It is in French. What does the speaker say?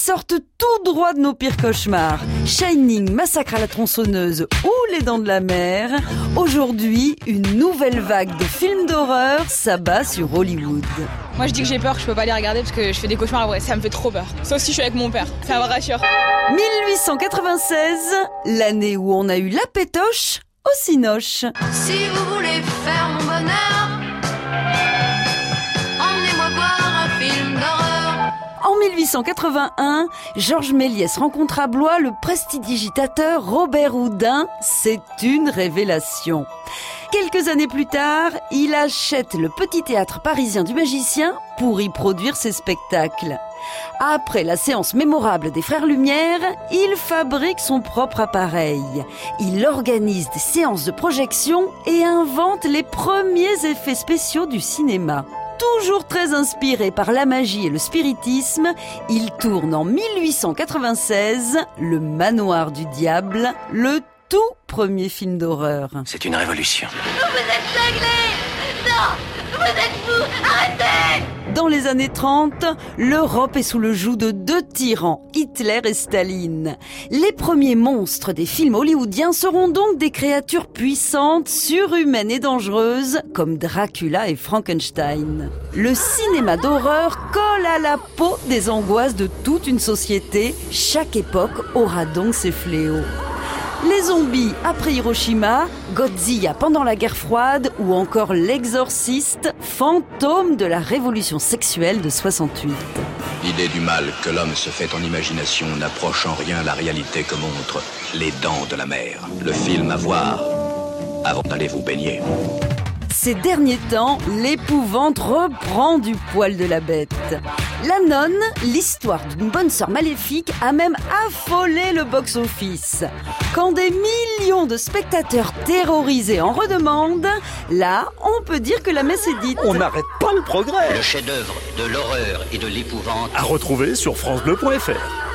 sortent tout droit de nos pires cauchemars. Shining, Massacre à la tronçonneuse ou Les Dents de la Mer. Aujourd'hui, une nouvelle vague de films d'horreur s'abat sur Hollywood. Moi je dis que j'ai peur, que je peux pas les regarder parce que je fais des cauchemars après, ça me fait trop peur. Sauf si je suis avec mon père, ça me rassure. 1896, l'année où on a eu la pétoche au cinoche. Si vous voulez faire mon bonheur, emmenez-moi voir un film d'horreur. En 1881, Georges Méliès rencontre à Blois le prestidigitateur Robert Houdin. C'est une révélation. Quelques années plus tard, il achète le petit théâtre parisien du Magicien pour y produire ses spectacles. Après la séance mémorable des Frères Lumière, il fabrique son propre appareil. Il organise des séances de projection et invente les premiers effets spéciaux du cinéma. Toujours très inspiré par la magie et le spiritisme, il tourne en 1896 Le Manoir du Diable, le tout premier film d'horreur. C'est une révolution. Vous êtes cinglés! Non! Vous êtes fous! Arrêtez! Dans les années 30, l'Europe est sous le joug de deux tyrans, Hitler et Staline. Les premiers monstres des films hollywoodiens seront donc des créatures puissantes, surhumaines et dangereuses, comme Dracula et Frankenstein. Le cinéma d'horreur colle à la peau des angoisses de toute une société. Chaque époque aura donc ses fléaux. Les zombies après Hiroshima, Godzilla pendant la guerre froide ou encore L'Exorciste, fantôme de la révolution sexuelle de 68. L'idée du mal que l'homme se fait en imagination n'approche en rien la réalité que montrent Les Dents de la Mer. Le film à voir avant d'aller vous baigner. Ces derniers temps, l'épouvante reprend du poil de la bête. La Nonne, l'histoire d'une bonne sœur maléfique, a même affolé le box-office. Quand des millions de spectateurs terrorisés en redemandent, là, on peut dire que la messe est dite. On n'arrête pas le progrès. Le chef-d'œuvre de l'horreur et de l'épouvante À retrouver sur francebleu.fr.